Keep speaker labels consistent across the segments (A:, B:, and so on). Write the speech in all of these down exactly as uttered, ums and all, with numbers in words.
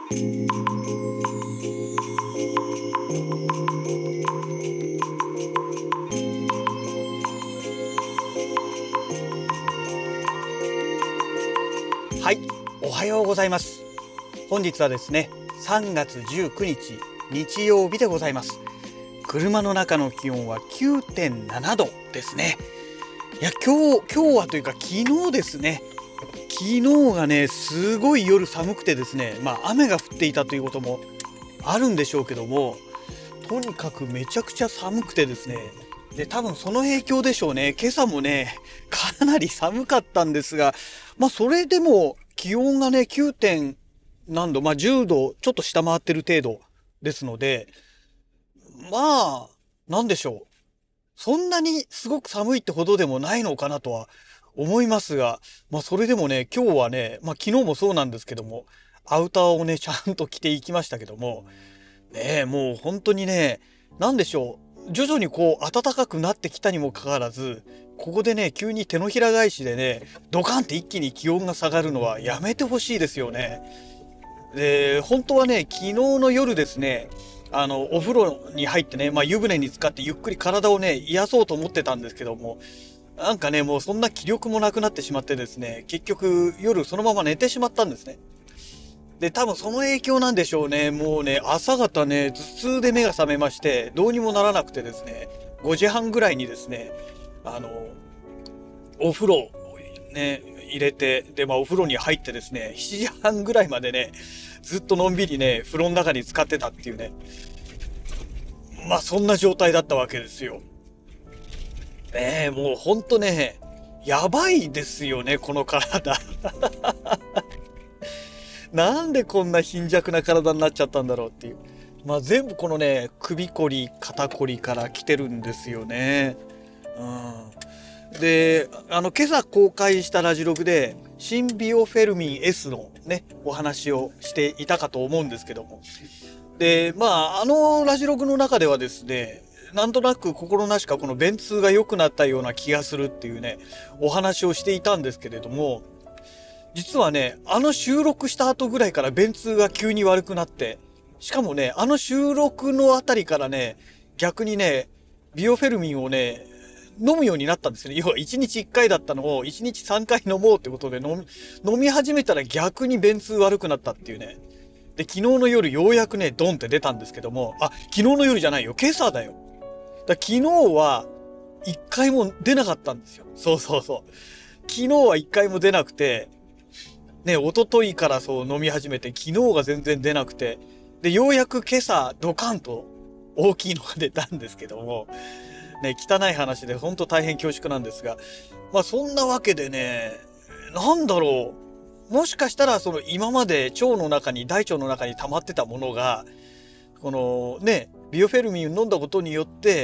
A: はい、おはようございます。本日はですね、さんがつじゅうくにち日曜日でございます。車の中の気温は きゅうてんななどですね。いや、今日今日はというか昨日ですね。昨日がね、すごい夜寒くてですね、まあ雨が降っていたということもあるんでしょうけども、とにかくめちゃくちゃ寒くてですね。で、多分その影響でしょうね。今朝もね、かなり寒かったんですが、まあそれでも気温がね、きゅう. 点何度、まあじゅうどちょっと下回ってる程度ですので、まあ、なんでしょう。そんなにすごく寒いってほどでもないのかなとは思いますが、まあそれでもね、今日はね、まあ昨日もそうなんですけども、アウターをね、ちゃんと着ていきましたけども、ねえ、もう本当にね、なんでしょう。徐々にこう暖かくなってきたにもかかわらず、ここでね、急に手のひら返しでね、ドカンって一気に気温が下がるのはやめてほしいですよね。で、本当はね、昨日の夜ですね、あの、お風呂に入ってね、まあ湯船に浸かってゆっくり体をね、癒そうと思ってたんですけども、なんかね、もうそんな気力もなくなってしまってですね、結局夜そのまま寝てしまったんですね。で、多分その影響なんでしょうね。もうね、朝方ね、頭痛で目が覚めまして、どうにもならなくてですね、ごじはんぐらいにですね、あの、お風呂をね、入れて、で、まあお風呂に入ってですね、しちじはんぐらいまでね、ずっとのんびりね、風呂の中に浸かってたっていうね、まあそんな状態だったわけですよ。ねえ、もうほんとね、やばいですよね、この体。なんでこんな貧弱な体になっちゃったんだろうっていう。まあ全部このね、首こり、肩こりから来てるんですよね。うん。で、あの、今朝公開したラジログで、新ビオフェルミン S のね、お話をしていたかと思うんですけども。で、まあ、あのラジログの中ではですね、なんとなく心なしかこの便通が良くなったような気がするっていうね、お話をしていたんですけれども、実はね、あの収録した後ぐらいから便通が急に悪くなって、しかもね、あの収録のあたりからね、逆にね、ビオフェルミンをね、飲むようになったんですよね。要はいちにちいっかいだったのをいちにちさんかい飲もうってことで飲み、飲み始めたら逆に便通悪くなったっていうね。で、昨日の夜ようやくね、ドンって出たんですけども、あ、昨日の夜じゃないよ、今朝だよ。だ昨日はいっかいも出なかったんですよ。そうそうそう。昨日はいっかいも出なくて、ね、一昨日からそう飲み始めて、昨日が全然出なくて、で、ようやく今朝ドカンと大きいのが出たんですけども、ね、汚い話で本当大変恐縮なんですが、まあそんなわけでね、なんだろう。もしかしたらその今まで腸の中に、大腸の中に溜まってたものが、このね、ビオフェルミンを飲んだことによって、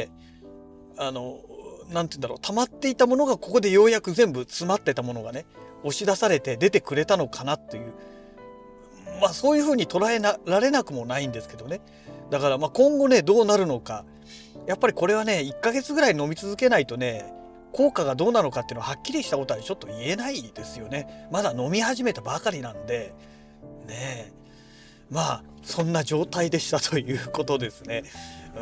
A: あの、なんて言うんだろう、溜まっていたものがここでようやく全部詰まってたものがね、押し出されて出てくれたのかなっていう。まあそういう風に捉えなられなくもないんですけどね。だからまあ今後ね、どうなるのか。やっぱりこれはね、いっかげつぐらい飲み続けないとね、効果がどうなのかっていうのははっきりしたことはちょっと言えないですよね。まだ飲み始めたばかりなんで、ねえ。まあ、そんな状態でしたということですね。うん。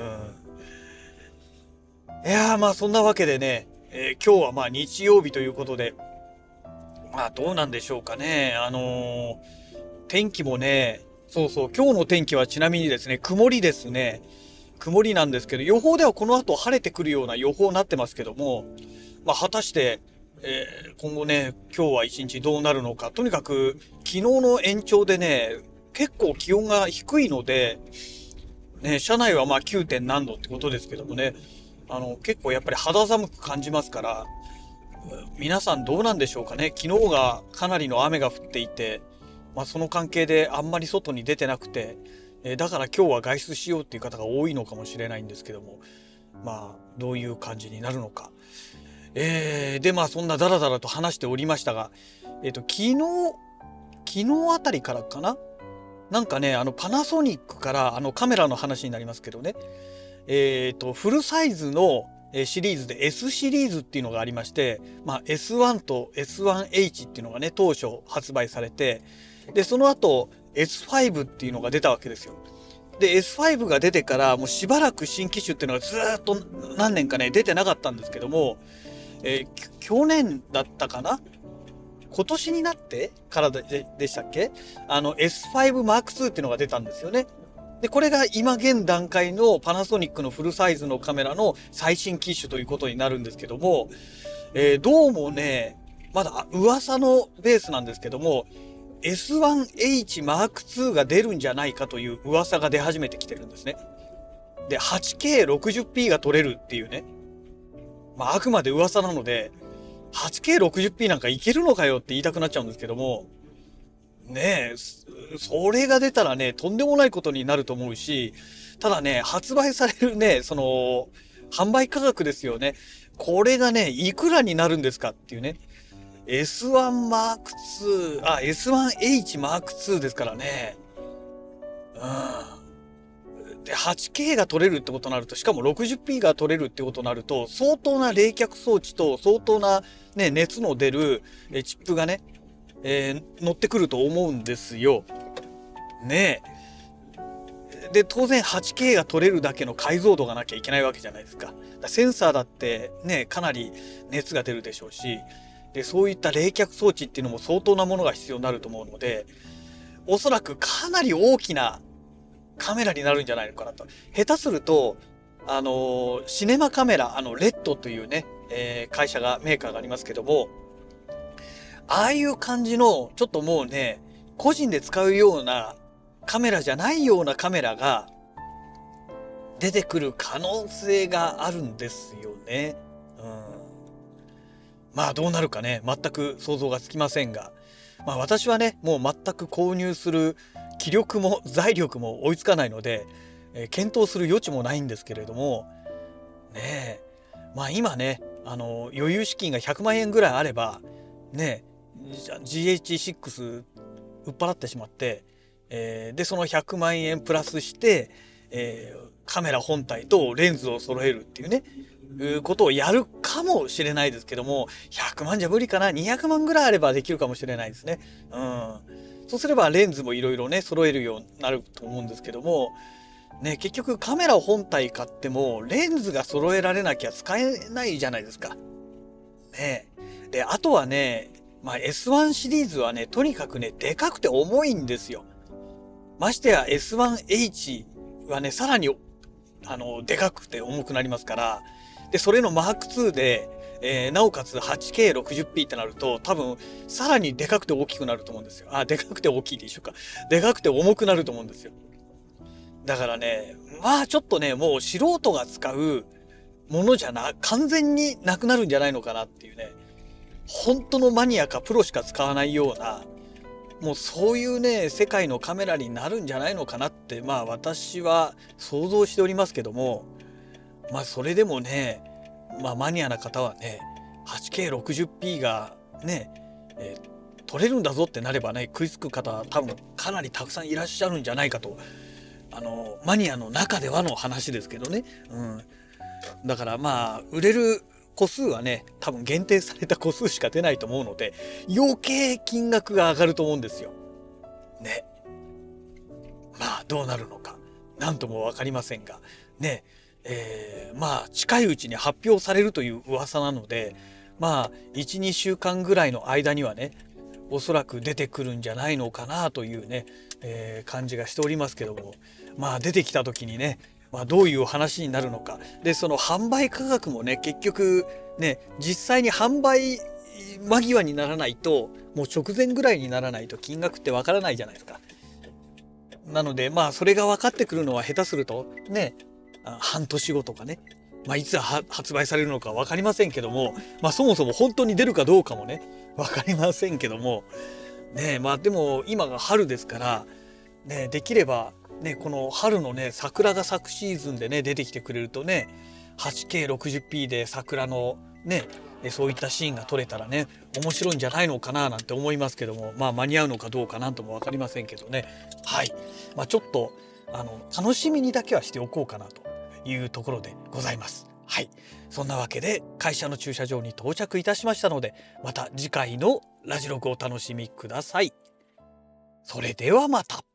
A: いやーまあそんなわけでね、えー今日はまあ日曜日ということで、まあどうなんでしょうかね。あのー天気もね、そうそう、今日の天気はちなみにですね、曇りですね。曇りなんですけど、予報ではこの後晴れてくるような予報になってますけども、まあ果たして、えー今後ね、今日は一日どうなるのか。とにかく、昨日の延長でね、結構気温が低いので、ね、車内はまあ きゅう. 点何度ってことですけどもね、あの、結構やっぱり肌寒く感じますから、皆さんどうなんでしょうかね。昨日がかなりの雨が降っていて、まあその関係であんまり外に出てなくて、えーだから今日は外出しようっていう方が多いのかもしれないんですけども、まあどういう感じになるのか。えー、でまあそんなダラダラと話しておりましたが、えっと昨日、昨日あたりからかな、なんかね、あのパナソニックからあのカメラの話になりますけどね、えっと、フルサイズのえーシリーズで S シリーズっていうのがありまして、まあ、エスワン と エスワンエイチ っていうのがね、当初発売されて、で、その後エスファイブ っていうのが出たわけですよ。で エスファイブ が出てからもうしばらく新機種っていうのがずーっと何年かね出てなかったんですけども、えー、去年だったかな、今年になってからででしたっけ、あの エスファイブマークツー っていうのが出たんですよね。でこれが今現段階のパナソニックのフルサイズのカメラの最新機種ということになるんですけども、えー、どうもねまだ噂のベースなんですけども エスワンエイチマークツー が出るんじゃないかという噂が出始めてきてるんですね。で はちケーろくじゅうピー が撮れるっていうね、まああくまで噂なので はちケーろくじゅうピー なんかいけるのかよって言いたくなっちゃうんですけどもねえ、それが出たらねとんでもないことになると思うし、ただね発売されるねその販売価格ですよね、これがねいくらになるんですかっていうね。 エスワンマークツー あ エスワンエイチマークツー ですからね。うんで はちケー が撮れるってことになると、しかも ろくじゅうピー が撮れるってことになると相当な冷却装置と相当な、ね、熱の出るチップがね、えー、乗ってくると思うんですよ。ねえ。で当然 はちケー が撮れるだけの解像度がなきゃいけないわけじゃないですか。だからセンサーだってねかなり熱が出るでしょうし、でそういった冷却装置っていうのも相当なものが必要になると思うので、おそらくかなり大きなカメラになるんじゃないのかなと。下手するとあのー、シネマカメラ、あのレッドというね、えー、会社がメーカーがありますけども、ああいう感じのちょっともうね個人で使うようなカメラじゃないようなカメラが出てくる可能性があるんですよね。うん、まあどうなるかね全く想像がつきませんが、まあ私はねもう全く購入する気力も財力も追いつかないので、えー、検討する余地もないんですけれどもねえ、まあ今ねあの余裕資金がひゃくまんえんぐらいあればね ジーエイチシックス 売っ払ってしまって、えー、でそのひゃくまんえんプラスして、えー、カメラ本体とレンズを揃えるっていうねいうことをやるかもしれないですけども、ひゃくまんじゃ無理かな、にひゃくまんぐらいあればできるかもしれないですね。うん、そうすればレンズもいろいろね揃えるようになると思うんですけどもね、結局カメラ本体買ってもレンズが揃えられなきゃ使えないじゃないですか。ね、であとはね、まあ、エスワン シリーズはねとにかくねでかくて重いんですよ。ましてや エスワンエイチ はねさらにあのでかくて重くなりますから、でそれのマークツーで、えー、なおかつ はちケーろくじゅうピー ってなると多分さらにでかくて大きくなると思うんですよ。あ、でかくて大きいでしょうか。でかくて重くなると思うんですよ。だからねまあちょっとねもう素人が使うものじゃな完全になくなるんじゃないのかなっていうね、本当のマニアかプロしか使わないようなもうそういうね世界のカメラになるんじゃないのかなってまあ私は想像しておりますけども、まあそれでもねまあマニアな方はね はちケーろくじゅうピー がね、えー、撮れるんだぞってなればね食いつく方は多分かなりたくさんいらっしゃるんじゃないかと、あのマニアの中ではの話ですけどね、うん、だからまあ売れる個数はね多分限定された個数しか出ないと思うので余計金額が上がると思うんですよ。ね。まあどうなるのか何とも分かりませんがね、えー、まあ近いうちに発表されるという噂なのでまあいちにしゅうかんぐらいの間にはねおそらく出てくるんじゃないのかなというね、えー、感じがしておりますけども、まあ出てきた時にねまあ、どういう話になるのかでその販売価格もね結局ね実際に販売間際にならないともう直前ぐらいにならないと金額ってわからないじゃないですか。なのでまあそれが分かってくるのは下手するとね半年後とかね、まあ、いつ発売されるのか分かりませんけども、まあ、そもそも本当に出るかどうかもね分かりませんけどもね、まあでも今が春ですからねできればね、この春のね桜が咲くシーズンでね出てきてくれるとね はちケーろくじゅうピー で桜のねそういったシーンが撮れたらね面白いんじゃないのかななんて思いますけども、まあ間に合うのかどうかなんとも分かりませんけどね。はい、まあ、ちょっとあの楽しみにだけはしておこうかなというところでございます。はい、そんなわけで会社の駐車場に到着いたしましたのでまた次回のラジログをお楽しみください。 それではまた。